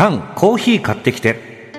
缶コーヒー買ってきて。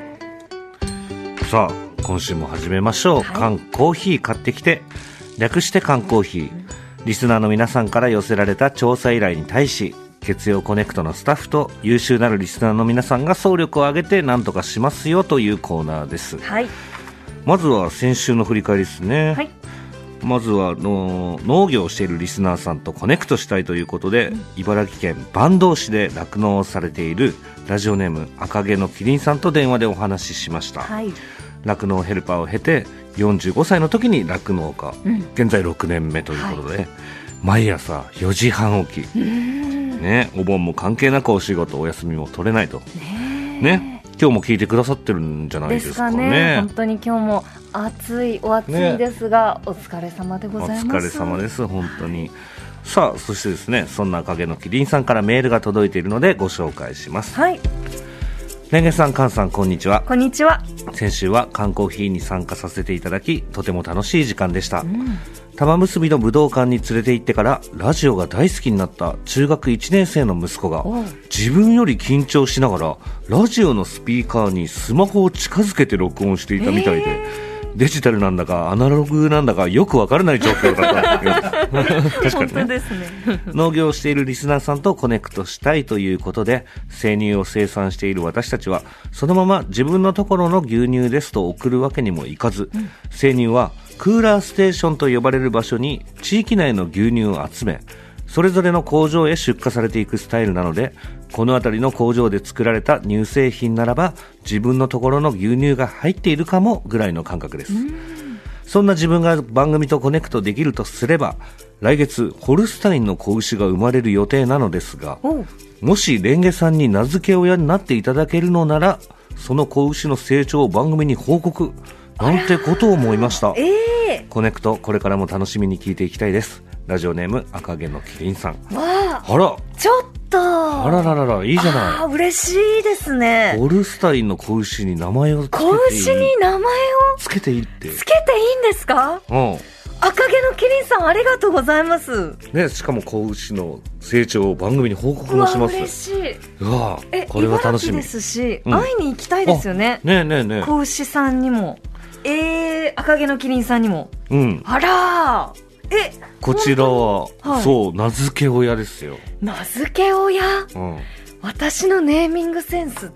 さあ今週も始めましょう、缶コーヒー買ってきて、略して缶コーヒー。リスナーの皆さんから寄せられた調査依頼に対し、血曜コネクトのスタッフと優秀なるリスナーの皆さんが総力を挙げて何とかしますよというコーナーです。 はい、 まずは先週の振り返りですね。 はい、 まずは農業をしているリスナーさんとコネクトしたいということで、茨城県坂東市で酪農をされているラジオネーム赤毛のキリンさんと電話でお話ししました。酪農ヘルパーを経て45歳の時に酪農家、現在6年目ということで、毎朝4時半起き、ね、お盆も関係なくお仕事お休みも取れないと、ね、今日も聞いてくださってるんじゃないですかね。 本当に今日もお暑いですが、お疲れ様でございます。 お疲れ様です、本当に。さあそしてですね、そんな影のキリンさんからメールが届いているのでご紹介します。はい、レンゲさん、カンさん、こんにちは。 こんにちは。 先週は缶コーヒーに参加させていただき、とても楽しい時間でした。玉結びの武道館に連れて行ってからラジオが大好きになった中学1年生の息子が、自分より緊張しながらラジオのスピーカーにスマホを近づけて録音していたみたいで、デジタルなんだかアナログなんだかよくわからない状況だった確かにね。 本当ですね農業をしているリスナーさんとコネクトしたいということで、生乳を生産している私たちはそのまま自分のところの牛乳ですと送るわけにもいかず、生乳はクーラーステーションと呼ばれる場所に地域内の牛乳を集め、それぞれの工場へ出荷されていくスタイルなので、この辺りの工場で作られた乳製品ならば自分のところの牛乳が入っているかもぐらいの感覚です。そんな自分が番組とコネクトできるとすれば、来月ホルスタインの子牛が生まれる予定なのですが、もしレンゲさんに名付け親になっていただけるのなら、その子牛の成長を番組に報告なんてことを思いました。コネクトこれからも楽しみに聞いていきたいです。ラジオネーム赤毛のキリンさん。 わあ、 あら、 ちょっとあらららら、いいじゃない。 嬉しいですね。 ホルスタインの子牛に名前をつけていい。 子牛に名前をつけていいって。 つけていいんですか。赤毛のキリンさん、ありがとうございます。 ね、しかも子牛の成長を番組に報告もします。 嬉しい。 うわ、これは楽しみですし、会いに行きたいですよね。 ねえねえねえ。 子牛さんにも、赤毛のキリンさんにも。あらー。 こちらは、そう、名付け親ですよ。 名付け親、私のネーミングセンスって、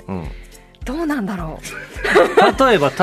どうなんだろう。例えば、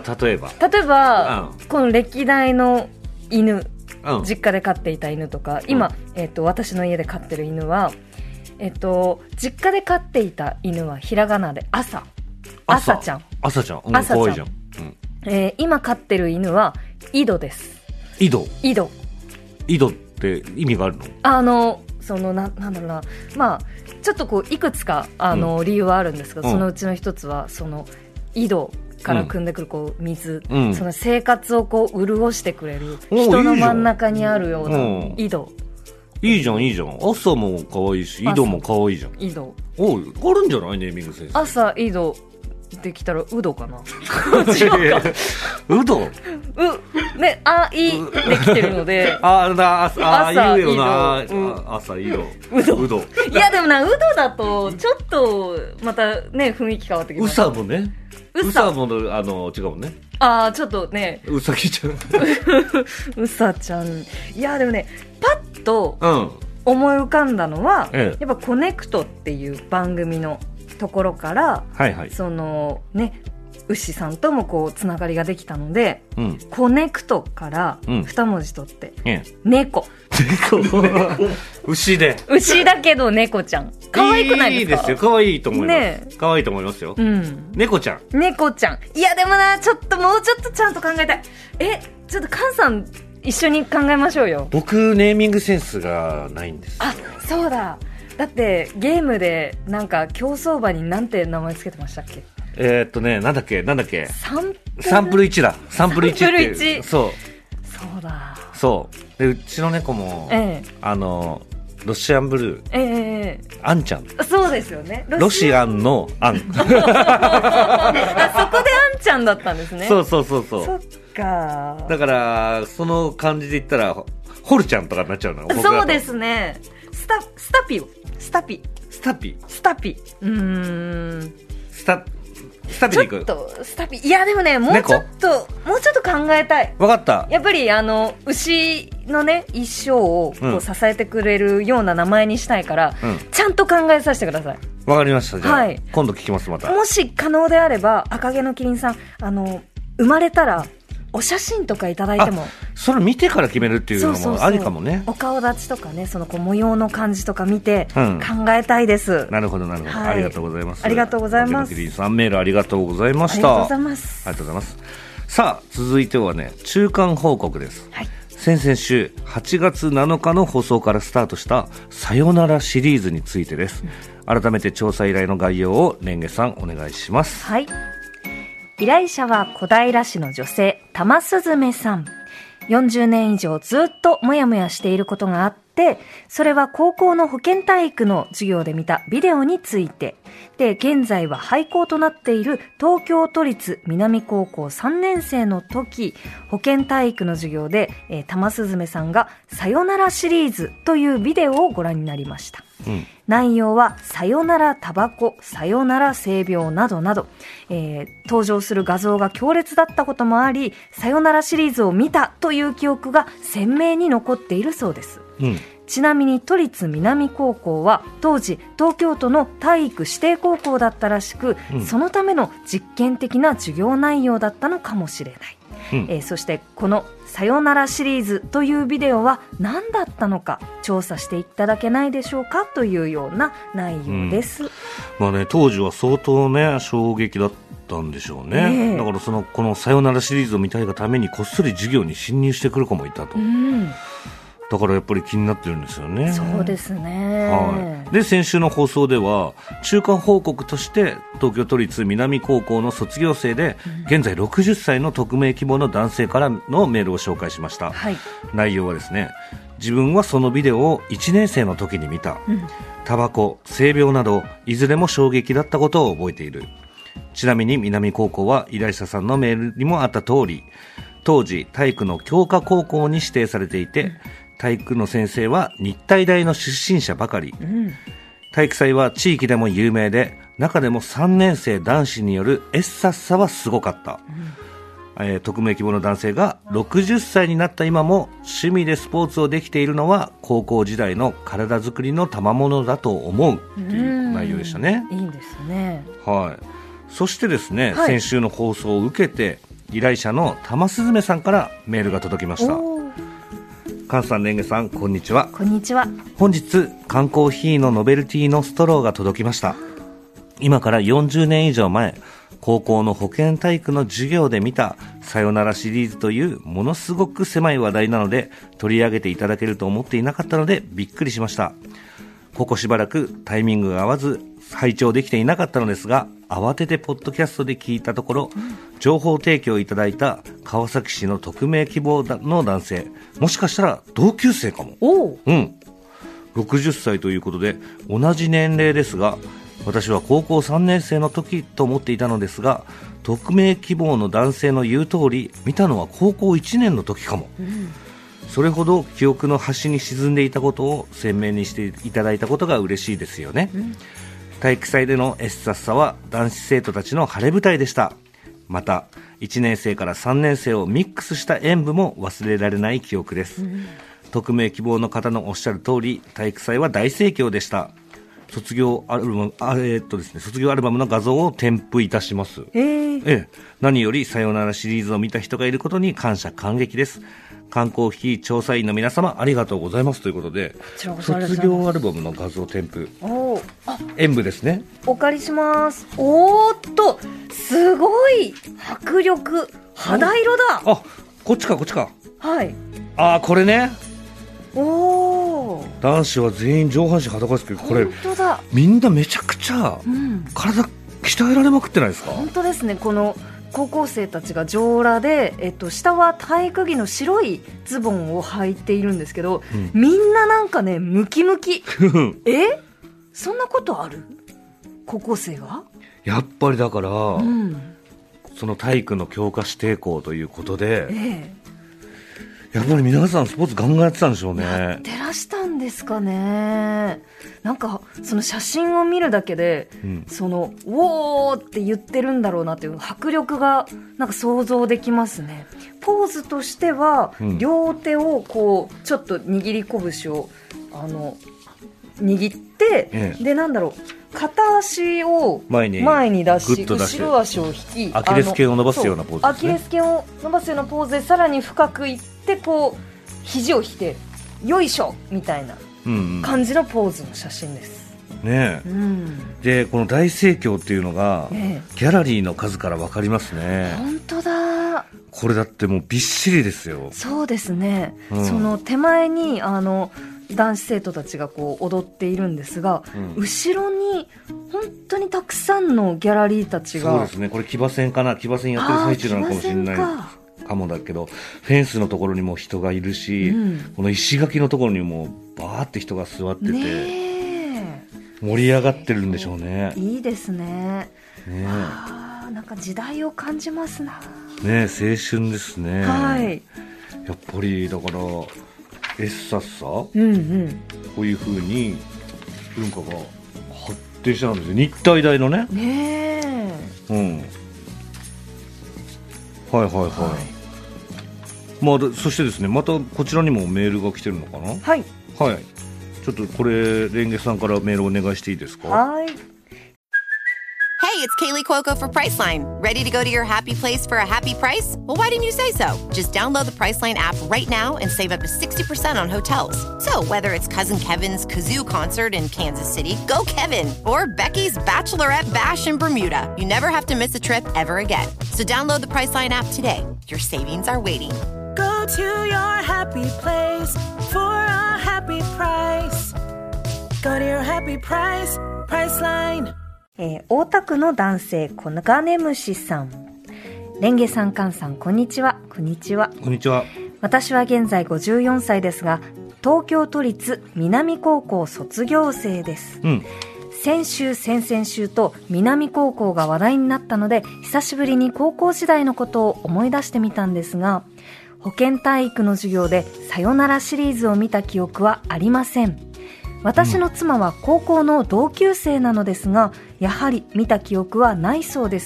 この歴代の犬、実家で飼っていた犬とか、今、私の家で飼ってる犬は、実家で飼っていた犬はひらがなで朝ちゃん。 朝ちゃん、かわいいじゃん。 今飼ってる犬は井戸です。井戸って意味があるの？ なんだろうな、まあちょっとこういくつか理由はあるんですが、そのうちの一つはその井戸から汲んでくるこう水、その生活をこう潤してくれる人の真ん中にあるような井戸。 いいじゃんいいじゃん。朝も可愛いし井戸も可愛いじゃん。 井戸あるんじゃない？ネーミングセンス。 朝井戸できたらうどかな。 うどね、できてるので朝言うよな。朝井戸うど。 いやでもな、うどだとちょっとまたね雰囲気変わってきます。 うさもね、うさも違うもんね。 ちょっとね、 うさぎちゃんうさちゃん。いやでもね、パッと思い浮かんだのは、やっぱコネクトっていう番組のところから、そのね、牛さんともこうつながりができたので、コネクトから2文字取って、猫牛だけど猫ちゃん、可愛くないですか？ いいですよ、可愛いと思います。可愛いと思いますよ。猫ちゃん。いやでもな、もうちょっとちゃんと考えたい。ちょっと菅さん一緒に考えましょうよ。僕ネーミングセンスがないんです。 そうだ。だってゲームでなんか競走馬になんて名前つけてましたっけ？ なんだっけサンプル1だ。サンプル1ってそうだ。そうで、うちの猫も、ロシアンブルー、アンちゃん。 そうですよね。 ロシアンのアン。そこでアンちゃんだったんですね。 そう。 そっか。 だからその感じで言ったらホルちゃんとかになっちゃうの。 そうですね。スタピ。 スタピスタピスタピでいく。 ちょっとスタピ、いやでもね、もうちょっと考えたい。 分かった。 やっぱり牛のね一生をこう支えてくれるような名前にしたいから、ちゃんと考えさせてください。 わかりました。じゃあ、今度聞きます。またもし可能であれば赤毛のキリンさん生まれたらお写真とかいただいても。 それ見てから決めるっていうのもありかもね。 お顔立ちとかね、そのこう模様の感じとか見て考えたいです、 なるほどなるほど、ありがとうございます。 ありがとうございます。 キリンさんメールありがとうございました。 ありがとうございます。 ありがとうございます。さあ続いてはね、中間報告です。先々週8月7日の放送からスタートしたさよならシリーズについてです。改めて調査依頼の概要をレンゲさんお願いします。 はい、依頼者は小平市の女性玉雀さん。40年以上ずっともやもやしていることがあって、それは高校の保健体育の授業で見たビデオについてで、現在は廃校となっている東京都立南高校3年生の時、保健体育の授業で、玉雀さんがさよならシリーズというビデオをご覧になりました。内容はさよならタバコ、さよなら性病などなど、登場する画像が強烈だったこともあり、さよならシリーズを見たという記憶が鮮明に残っているそうです。ちなみに都立南高校は当時東京都の体育指定高校だったらしく、そのための実験的な授業内容だったのかもしれない。そしてこのさよならシリーズというビデオは何だったのか調査していただけないでしょうかというような内容です。 当時は相当ね衝撃だったんでしょうね。だからこのさよならシリーズを見たいがためにこっそり授業に侵入してくる子もいたと。だからやっぱり気になってるんですよね。 そうですね。 で先週の放送では中間報告として東京都立南高校の卒業生で、現在60歳の匿名希望の男性からのメールを紹介しました。内容はですね、自分はそのビデオを1年生の時に見た。タバコ、性病などいずれも衝撃だったことを覚えている。ちなみに南高校は依頼者さんのメールにもあった通り、当時体育の強化高校に指定されていて、体育の先生は日体大の出身者ばかり。体育祭は地域でも有名で、中でも3年生男子によるエッサッサはすごかった。匿名希望の男性が60歳になった今も趣味でスポーツをできているのは高校時代の体作りの賜物だと思うという内容でしたね。 いいんですね。 そしてですね、先週の放送を受けて依頼者の玉雀さんからメールが届きました。菅さん、レンゲさん、こんにちは。 こんにちは。 本日缶コーヒーのノベルティのストローが届きました。今から40年以上前、高校の保健体育の授業で見たさよならシリーズというものすごく狭い話題なので取り上げていただけると思っていなかったのでびっくりしました。ここしばらくタイミングが合わず拝聴できていなかったのですが、慌ててポッドキャストで聞いたところ、情報提供いただいた川崎市の匿名希望の男性、もしかしたら同級生かも。60歳ということで同じ年齢ですが、私は高校3年生の時と思っていたのですが、匿名希望の男性の言う通り見たのは高校1年の時かも。それほど記憶の端に沈んでいたことを鮮明にしていただいたことが嬉しいですよね。体育祭でのエッサッサは男子生徒たちの晴れ舞台でした。また1年生から3年生をミックスした演舞も忘れられない記憶です。匿名希望の方のおっしゃる通り、体育祭は大盛況でした。卒業アルバムの画像を添付いたします。何よりさよならシリーズを見た人がいることに感謝感激です。缶コーヒー調査員の皆様ありがとうございますということで、卒業アルバムの画像添付、演舞ですね。 お借りします。おーっと、すごい迫力、肌色だ。 こっちか。これね。男子は全員上半身裸ですけど、これみんなめちゃくちゃ体鍛えられまくってないですか？ 本当ですね。この高校生たちが上裸で、下は体育着の白いズボンを履いているんですけど、みんななんかねムキムキそんなことある？高校生がやっぱりだから、その体育の強化指定校ということで、 やっぱり皆さんスポーツガンガンやってたんでしょうね。 やってらしたんですかね。なんかその写真を見るだけで、そのウォーって言ってるんだろうなっていう迫力がなんか想像できますね。ポーズとしては、両手をこうちょっと握り拳を握って、でなんだろう、片足を前に出し後ろ足を引き、 アキレス腱を伸ばすようなポーズですね。 アキレス腱を伸ばすようなポーズでさらに深くいってこう肘を引いてよいしょみたいな感じのポーズの写真ですね。でこの大盛況っていうのが、ギャラリーの数から分かりますね。 本当だ。 これだってもうびっしりですよ。 そうですね、その手前に男子生徒たちがこう踊っているんですが、後ろに本当にたくさんのギャラリーたちが。 そうですね、これ騎馬戦かな、騎馬戦やってる最中なのかもしれないかもだけど、フェンスのところにも人がいるし、この石垣のところにもバーって人が座ってて、盛り上がってるんでしょうね。 いいですね。なんか時代を感じますな。 ね、青春ですね。やっぱりだからエッサッサ、こういう風に文化が発展したんですよ。日体大のね。はいはいはい。まあそしてですね、またこちらにもメールが来てるのかな。はい。はい。ちょっとこれレンゲさんからメールお願いしていいですか。はい。 Hey, it's Kaylee Cuoco for Priceline. Ready to go to your happy place for a happy price? Well, why didn't you say so? Just download the Priceline app right now and save up to 60% on hotels. So whether it's Cousin Kevin's Kazoo Concert in Kansas City, go Kevin, or Becky's Bachelorette Bash in Bermuda, you never have to miss a trip ever again. So download the Priceline app today. Your savings are waiting. Go to your happy place for a happy price. Go to your happy price, Priceline. 大田区の男性コガネムシさん、レンゲさん、カンさん、こんにちは。こんにちは。 こんにちは。 私は現在54歳ですが、東京都立南高校卒業生です。先週先々週と南高校が話題になったので、久しぶりに高校時代のことを思い出してみたんですが、保健体育の授業でさよならシリーズを見た記憶はありません。私の妻は高校の同級生なのですが、やはり見た記憶はないそうです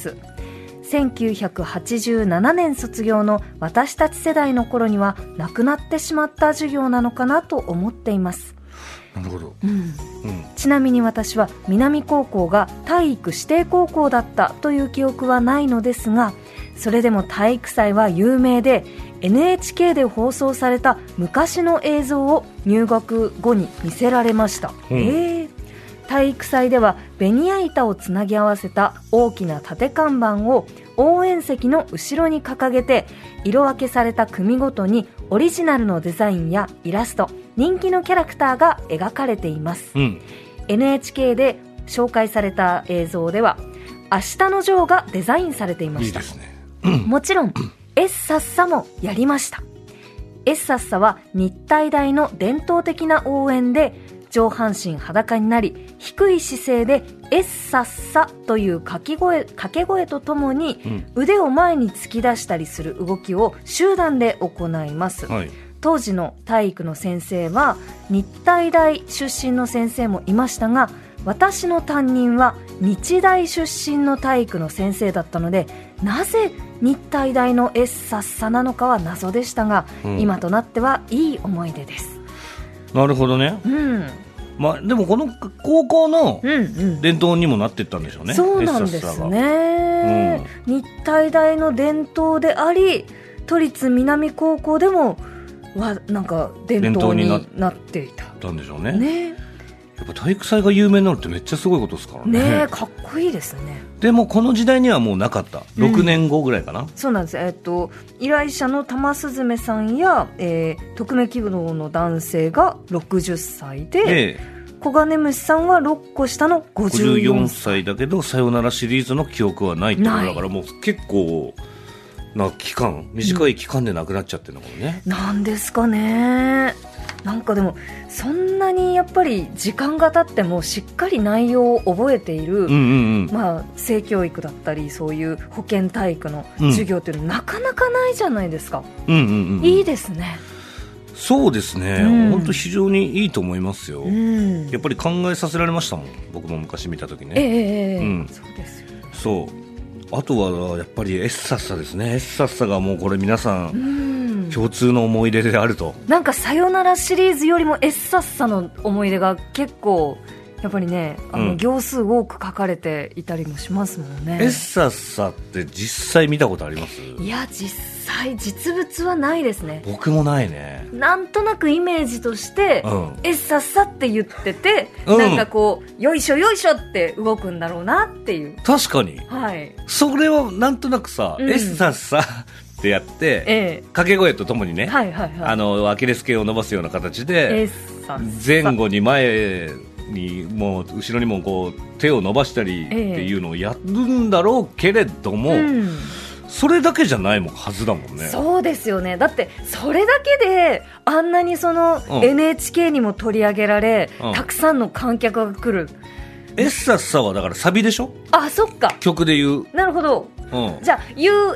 。1987年卒業の私たち世代の頃にはなくなってしまった授業なのかなと思っています。 なるほど。 ちなみに私は南高校が体育指定高校だったという記憶はないのですが、それでも体育祭は有名で、NHK で放送された昔の映像を入学後に見せられました。体育祭ではベニヤ板をつなぎ合わせた大きな縦看板を応援席の後ろに掲げて、色分けされた組ごとにオリジナルのデザインやイラスト、人気のキャラクターが描かれています。NHK で紹介された映像では明日のジョーがデザインされていました。いいですね。もちろんエッサッサもやりました。エッサッサは日体大の伝統的な応援で、上半身裸になり低い姿勢でエッサッサという掛け声とともに、腕を前に突き出したりする動きを集団で行います。当時の体育の先生は日体大出身の先生もいましたが、私の担任は日大出身の体育の先生だったので、なぜ日体大のエッサッサなのかは謎でしたが、今となってはいい思い出です。 なるほどね。でもこの高校の伝統にもなっていったんでしょうね。 そうなんですね。日体大の伝統であり、都立南高校でもなんか伝統になっていたんでしょうね。やっぱ体育祭が有名になるってめっちゃすごいことですからね。 かっこいいですね。 でもこの時代にはもうなかった。6年後ぐらいかな。 そうなんです。依頼者の玉雀さんや、匿名希望の男性が60歳で、小金虫さんは6個下の54歳だけど、さよならシリーズの記憶はないってことだから、もう結構な短い期間で亡くなっちゃってるのかもね。 なんですかね。なんかでもそんなにやっぱり時間が経ってもしっかり内容を覚えている、性教育だったりそういう保健体育の授業っていうのなかなかないじゃないですか。いいですね。 そうですね、本当非常にいいと思いますよ、やっぱり考えさせられましたもん、僕も昔見た時ね。 そうですよ。 そう、あとはやっぱりエッサッサですね。エッサッサがもうこれ皆さん共通の思い出であると。 なんかさよならシリーズよりもエッサッサの思い出が結構やっぱりね、行数多く書かれていたりもしますもんね。 エッサッサって実際見たことあります？ いや、実物はないですね。 僕もないね。 なんとなくイメージとして、エッサッサって言ってて、なんかこうよいしょよいしょって動くんだろうなっていう。 確かに、 はい、 それはなんとなくさ、エッサッサってやって、掛け声とともにね、アキレス腱を伸ばすような形で前後に前にもう後ろにもこう手を伸ばしたりっていうのをやるんだろうけれども、それだけじゃないもんはずだもんね。 そうですよね。だってそれだけであんなにその NHK にも取り上げられ、たくさんの観客が来る。 エッサッサはだからサビでしょ。 あ、そっか、 曲で言う。 なるほど、じゃあ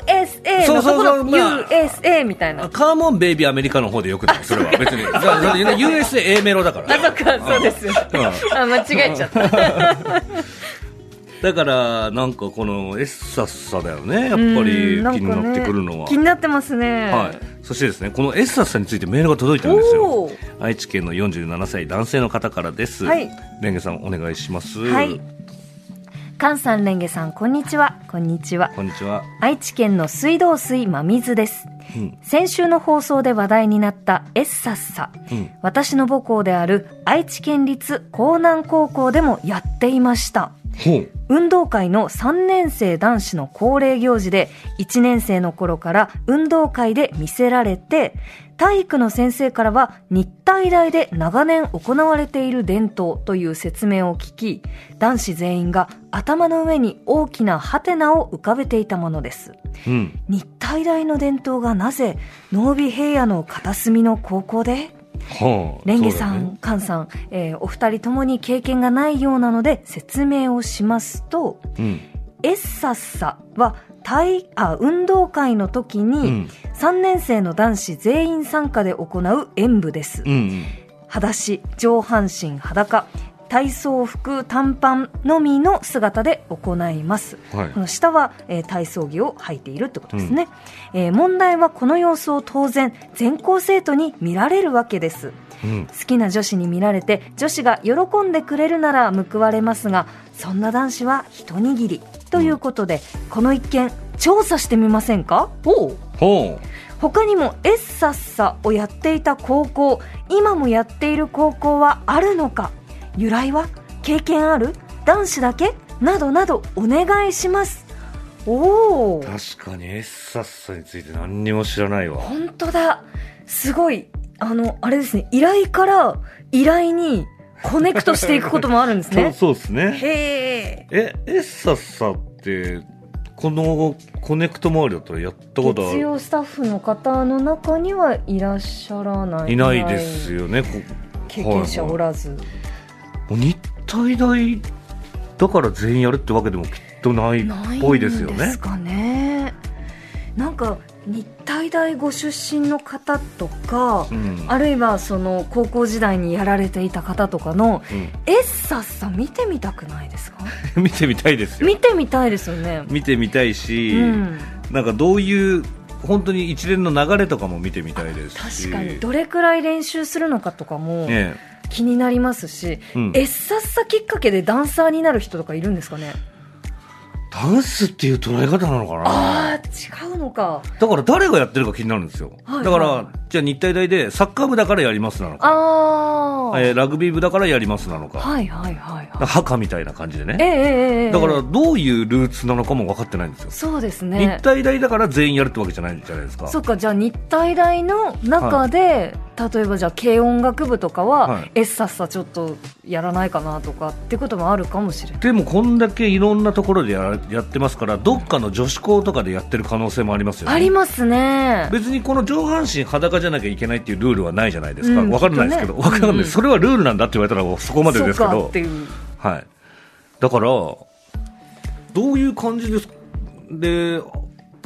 USA のところ USA みたいな。 カーモンベイビーアメリカの方でよくない？それは別にUSA A メロだから。 あ、そっか、そうですよ、間違えちゃっただからなんかこのエッサッサだよね、やっぱり気になってくるのは、 気になってますね。 はい。そしてですね、このエッサッサについてメールが届いたんですよ。愛知県の47歳男性の方からです。レンゲさんお願いします。 はい。菅さん、レンゲさん、こんにちは。こんにちは。 こんにちは。 愛知県の水道水真水です。先週の放送で話題になったエッサッサ、私の母校である愛知県立江南高校でもやっていました。運動会の3年生男子の恒例行事で、1年生の頃から運動会で見せられて、体育の先生からは日体大で長年行われている伝統という説明を聞き、男子全員が頭の上に大きなハテナを浮かべていたものです。日体大の伝統がなぜ濃尾平野の片隅の高校で？レンゲさん、菅さん、お二人ともに経験がないようなので説明をしますと、エッサッサは運動会の時に3年生の男子全員参加で行う演舞です。裸足、上半身裸、体操服、短パンのみの姿で行います。この下は、体操着を履いているってことですね。問題はこの様子を当然全校生徒に見られるわけです。好きな女子に見られて女子が喜んでくれるなら報われますが、そんな男子は一握りということで、この一件調査してみませんか？他にもエッサッサをやっていた高校、今もやっている高校はあるのか、由来は、経験ある、男子だけなどなどお願いします。 確かにエッサッサについて何にも知らないわ。 本当だ、すごい、あれですね、依頼から依頼にコネクトしていくこともあるんですね。 そうですね。 エッサッサってこのコネクト周りだったらやったことある？ 月曜スタッフの方の中にはいらっしゃらない。 いないですよね。 経験者おらず。 日体大だから全員やるってわけでもきっとないっぽいですよね。 ないんですかね。なんか日体大ご出身の方とか、あるいはその高校時代にやられていた方とかの、エッサッサ見てみたくないですか？ 見てみたいですよ。 見てみたいですよね。 見てみたいし、なんかどういう本当に一連の流れとかも見てみたいですし、 確かにどれくらい練習するのかとかも、気になりますし、エッサッサきっかけでダンサーになる人とかいるんですかね？ ダンスっていう捉え方なのかな。 違うのか。 だから誰がやってるか気になるんですよ。だからじゃあ日体大でサッカー部だからやりますなのか、ラグビー部だからやりますなのか、墓みたいな感じでね、だからどういうルーツなのかも分かってないんですよ。 そうですね。 日体大だから全員やるってわけじゃないんじゃないですか。 そっか、じゃあ日体大の中で、例えばじゃあ軽音楽部とかは、エッサッサちょっとやらないかなとかってこともあるかもしれない。 でもこんだけいろんなところでやってますから、どっかの女子校とかでやってる可能性もありますよね。 ありますね。 別にこの上半身裸じゃなきゃいけないっていうルールはないじゃないですか。分からないですけど、分からない、それはルールなんだって言われたらそこまでですけど、はい、だからどういう感じですで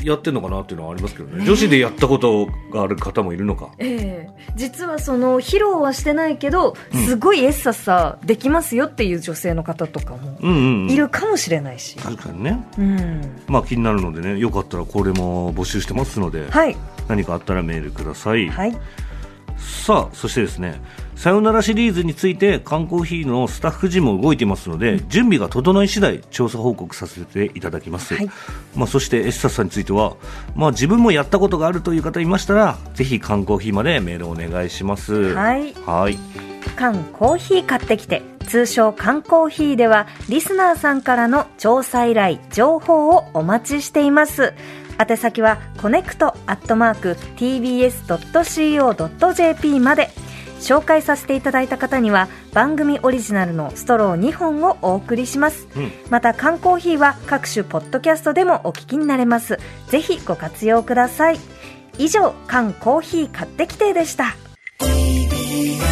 やってんのかなっていうのはありますけどね、女子でやったことがある方もいるのか、 実はその披露はしてないけど、すごいエッサッサできますよっていう女性の方とかもいるかもしれないし、 確かにね、まあ気になるのでね、よかったらこれも募集してますので、 はい、 何かあったらメールください。 はい、 さあそしてですね、さよならシリーズについて缶コーヒーのスタッフ陣も動いていますので、準備が整い次第調査報告させていただきます、まあ、そしてエッサさんについては、まあ、自分もやったことがあるという方いましたらぜひ缶コーヒーまでメールお願いします。 はい、缶コーヒー買ってきて、通称缶コーヒーではリスナーさんからの調査依頼情報をお待ちしています。宛先はconnect@tbs.co.jp まで。紹介させていただいた方には番組オリジナルのストロー2本をお送りします、また缶コーヒーは各種ポッドキャストでもお聞きになれます。ぜひご活用ください。以上、缶コーヒー買ってきてでした。TBS